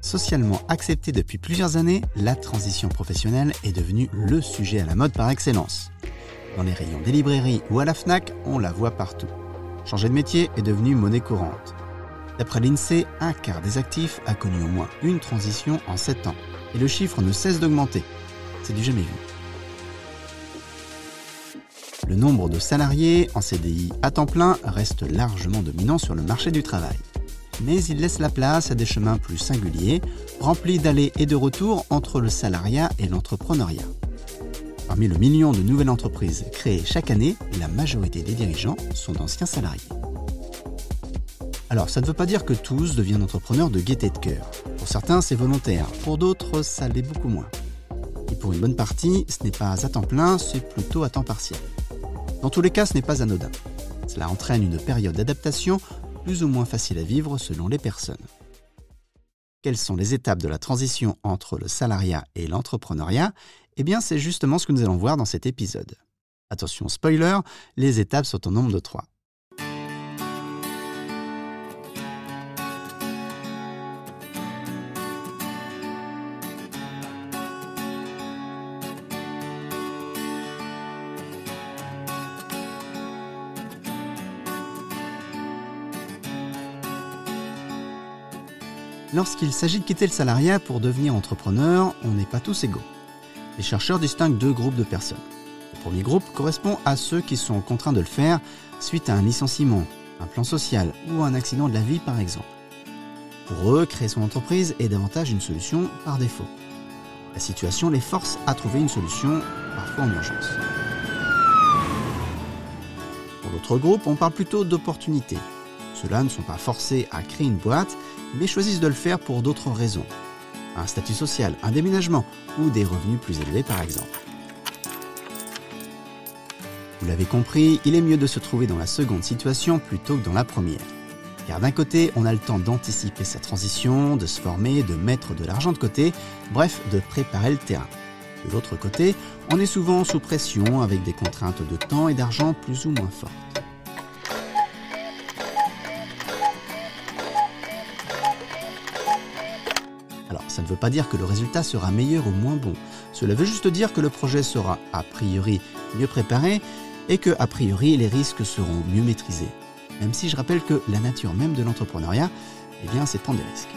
Socialement acceptée depuis plusieurs années, la transition professionnelle est devenue le sujet à la mode par excellence. Dans les rayons des librairies ou à la Fnac, on la voit partout. Changer de métier est devenu monnaie courante. D'après l'INSEE, un quart des actifs a connu au moins une transition en 7 ans. Et le chiffre ne cesse d'augmenter. C'est du jamais vu. Le nombre de salariés en CDI à temps plein reste largement dominant sur le marché du travail. Mais il laisse la place à des chemins plus singuliers, remplis d'allers et de retours entre le salariat et l'entrepreneuriat. Parmi le million de nouvelles entreprises créées chaque année, la majorité des dirigeants sont d'anciens salariés. Alors, ça ne veut pas dire que tous deviennent entrepreneurs de gaieté de cœur. Pour certains, c'est volontaire. Pour d'autres, ça l'est beaucoup moins. Et pour une bonne partie, ce n'est pas à temps plein, c'est plutôt à temps partiel. Dans tous les cas, ce n'est pas anodin. Cela entraîne une période d'adaptation plus ou moins facile à vivre selon les personnes. Quelles sont les étapes de la transition entre le salariat et l'entrepreneuriat ? Eh bien, c'est justement ce que nous allons voir dans cet épisode. Attention, spoiler, les étapes sont au nombre de 3. Lorsqu'il s'agit de quitter le salariat pour devenir entrepreneur, on n'est pas tous égaux. Les chercheurs distinguent 2 groupes de personnes. Le premier groupe correspond à ceux qui sont contraints de le faire suite à un licenciement, un plan social ou un accident de la vie par exemple. Pour eux, créer son entreprise est davantage une solution par défaut. La situation les force à trouver une solution, parfois en urgence. Pour l'autre groupe, on parle plutôt d'opportunités. Ceux-là ne sont pas forcés à créer une boîte, mais choisissent de le faire pour d'autres raisons. Un statut social, un déménagement ou des revenus plus élevés par exemple. Vous l'avez compris, il est mieux de se trouver dans la seconde situation plutôt que dans la première. Car d'un côté, on a le temps d'anticiper sa transition, de se former, de mettre de l'argent de côté, bref, de préparer le terrain. De l'autre côté, on est souvent sous pression avec des contraintes de temps et d'argent plus ou moins fortes. Alors, ça ne veut pas dire que le résultat sera meilleur ou moins bon. Cela veut juste dire que le projet sera a priori mieux préparé et que a priori les risques seront mieux maîtrisés. Même si je rappelle que la nature même de l'entrepreneuriat, eh bien, c'est prendre des risques.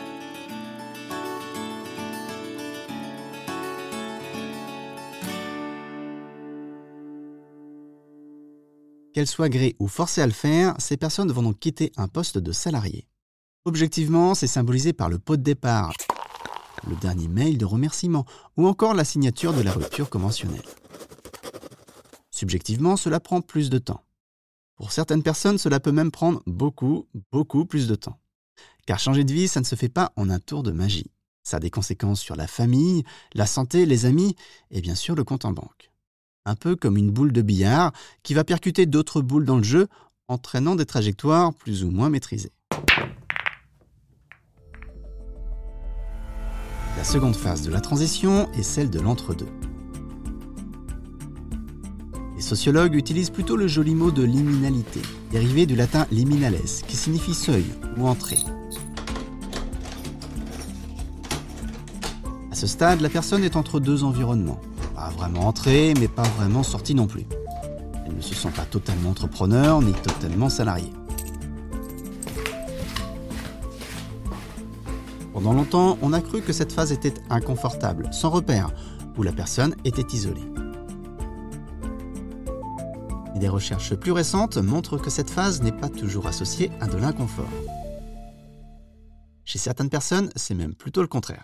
Qu'elles soient grées ou forcées à le faire, ces personnes vont donc quitter un poste de salarié. Objectivement, c'est symbolisé par le pot de départ, le dernier mail de remerciement ou encore la signature de la rupture conventionnelle. Subjectivement, cela prend plus de temps. Pour certaines personnes, cela peut même prendre beaucoup plus de temps. Car changer de vie, ça ne se fait pas en un tour de magie. Ça a des conséquences sur la famille, la santé, les amis et bien sûr le compte en banque. Un peu comme une boule de billard qui va percuter d'autres boules dans le jeu, entraînant des trajectoires plus ou moins maîtrisées. La seconde phase de la transition est celle de l'entre-deux. Les sociologues utilisent plutôt le joli mot de liminalité, dérivé du latin liminales, qui signifie seuil ou entrée. À ce stade, la personne est entre 2 environnements. Pas vraiment entrée, mais pas vraiment sortie non plus. Elle ne se sent pas totalement entrepreneur, ni totalement salarié. Pendant longtemps, on a cru que cette phase était inconfortable, sans repère, où la personne était isolée. Et des recherches plus récentes montrent que cette phase n'est pas toujours associée à de l'inconfort. Chez certaines personnes, c'est même plutôt le contraire.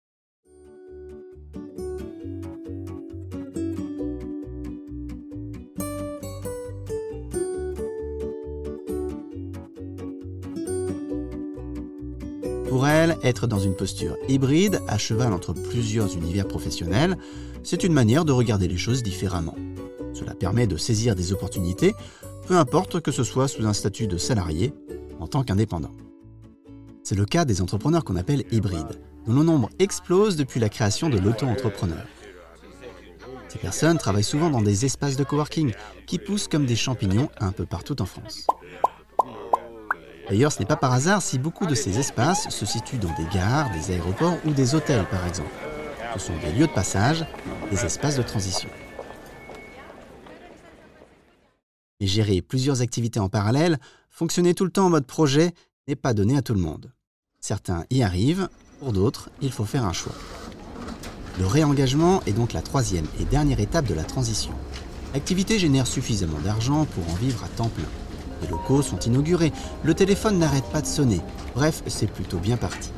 Pour elle, être dans une posture hybride, à cheval entre plusieurs univers professionnels, c'est une manière de regarder les choses différemment. Cela permet de saisir des opportunités, peu importe que ce soit sous un statut de salarié, en tant qu'indépendant. C'est le cas des entrepreneurs qu'on appelle hybrides, dont le nombre explose depuis la création de l'auto-entrepreneur. Ces personnes travaillent souvent dans des espaces de coworking qui poussent comme des champignons un peu partout en France. D'ailleurs, ce n'est pas par hasard si beaucoup de ces espaces se situent dans des gares, des aéroports ou des hôtels par exemple. Ce sont des lieux de passage, des espaces de transition. Et gérer plusieurs activités en parallèle, fonctionner tout le temps en mode projet, n'est pas donné à tout le monde. Certains y arrivent, pour d'autres, il faut faire un choix. Le réengagement est donc la troisième et dernière étape de la transition. L'activité génère suffisamment d'argent pour en vivre à temps plein. Les locaux sont inaugurés, le téléphone n'arrête pas de sonner. Bref, c'est plutôt bien parti.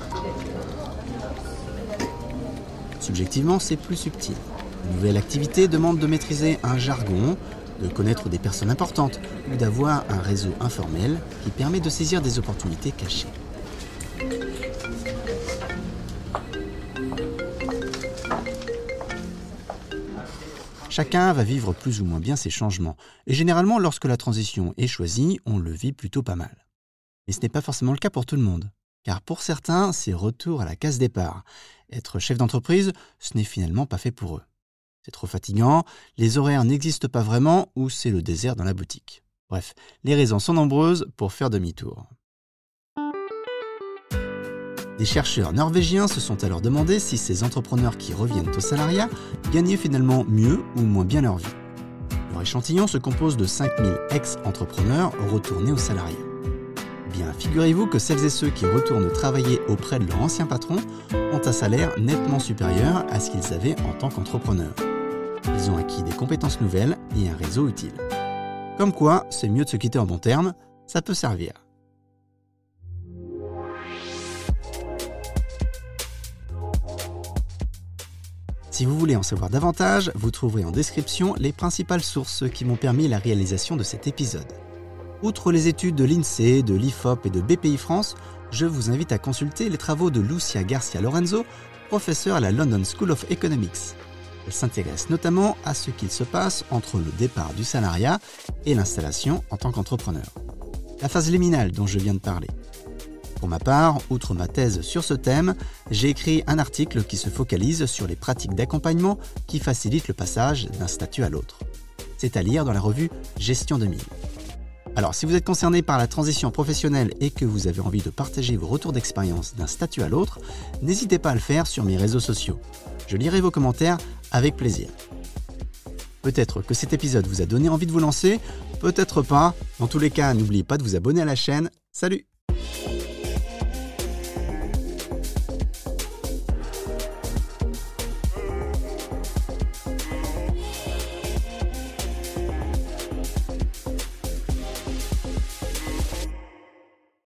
Subjectivement, c'est plus subtil. Une nouvelle activité demande de maîtriser un jargon, de connaître des personnes importantes ou d'avoir un réseau informel qui permet de saisir des opportunités cachées. Chacun va vivre plus ou moins bien ces changements, et généralement lorsque la transition est choisie, on le vit plutôt pas mal. Mais ce n'est pas forcément le cas pour tout le monde, car pour certains, c'est retour à la case départ. Être chef d'entreprise, ce n'est finalement pas fait pour eux. C'est trop fatigant, les horaires n'existent pas vraiment ou c'est le désert dans la boutique. Bref, les raisons sont nombreuses pour faire demi-tour. Des chercheurs norvégiens se sont alors demandé si ces entrepreneurs qui reviennent au salariat gagnaient finalement mieux ou moins bien leur vie. Leur échantillon se compose de 5000 ex-entrepreneurs retournés au salariat. Eh bien, figurez-vous que celles et ceux qui retournent travailler auprès de leur ancien patron ont un salaire nettement supérieur à ce qu'ils avaient en tant qu'entrepreneurs. Ils ont acquis des compétences nouvelles et un réseau utile. Comme quoi, c'est mieux de se quitter en bons termes, ça peut servir. Si vous voulez en savoir davantage, vous trouverez en description les principales sources qui m'ont permis la réalisation de cet épisode. Outre les études de l'INSEE, de l'IFOP et de BPI France, je vous invite à consulter les travaux de Lucia Garcia Lorenzo, professeure à la London School of Economics. Elle s'intéresse notamment à ce qu'il se passe entre le départ du salariat et l'installation en tant qu'entrepreneur. La phase liminale dont je viens de parler. Pour ma part, outre ma thèse sur ce thème, j'ai écrit un article qui se focalise sur les pratiques d'accompagnement qui facilitent le passage d'un statut à l'autre. C'est à lire dans la revue Gestion 2000. Alors, si vous êtes concerné par la transition professionnelle et que vous avez envie de partager vos retours d'expérience d'un statut à l'autre, n'hésitez pas à le faire sur mes réseaux sociaux. Je lirai vos commentaires avec plaisir. Peut-être que cet épisode vous a donné envie de vous lancer, peut-être pas. Dans tous les cas, n'oubliez pas de vous abonner à la chaîne. Salut!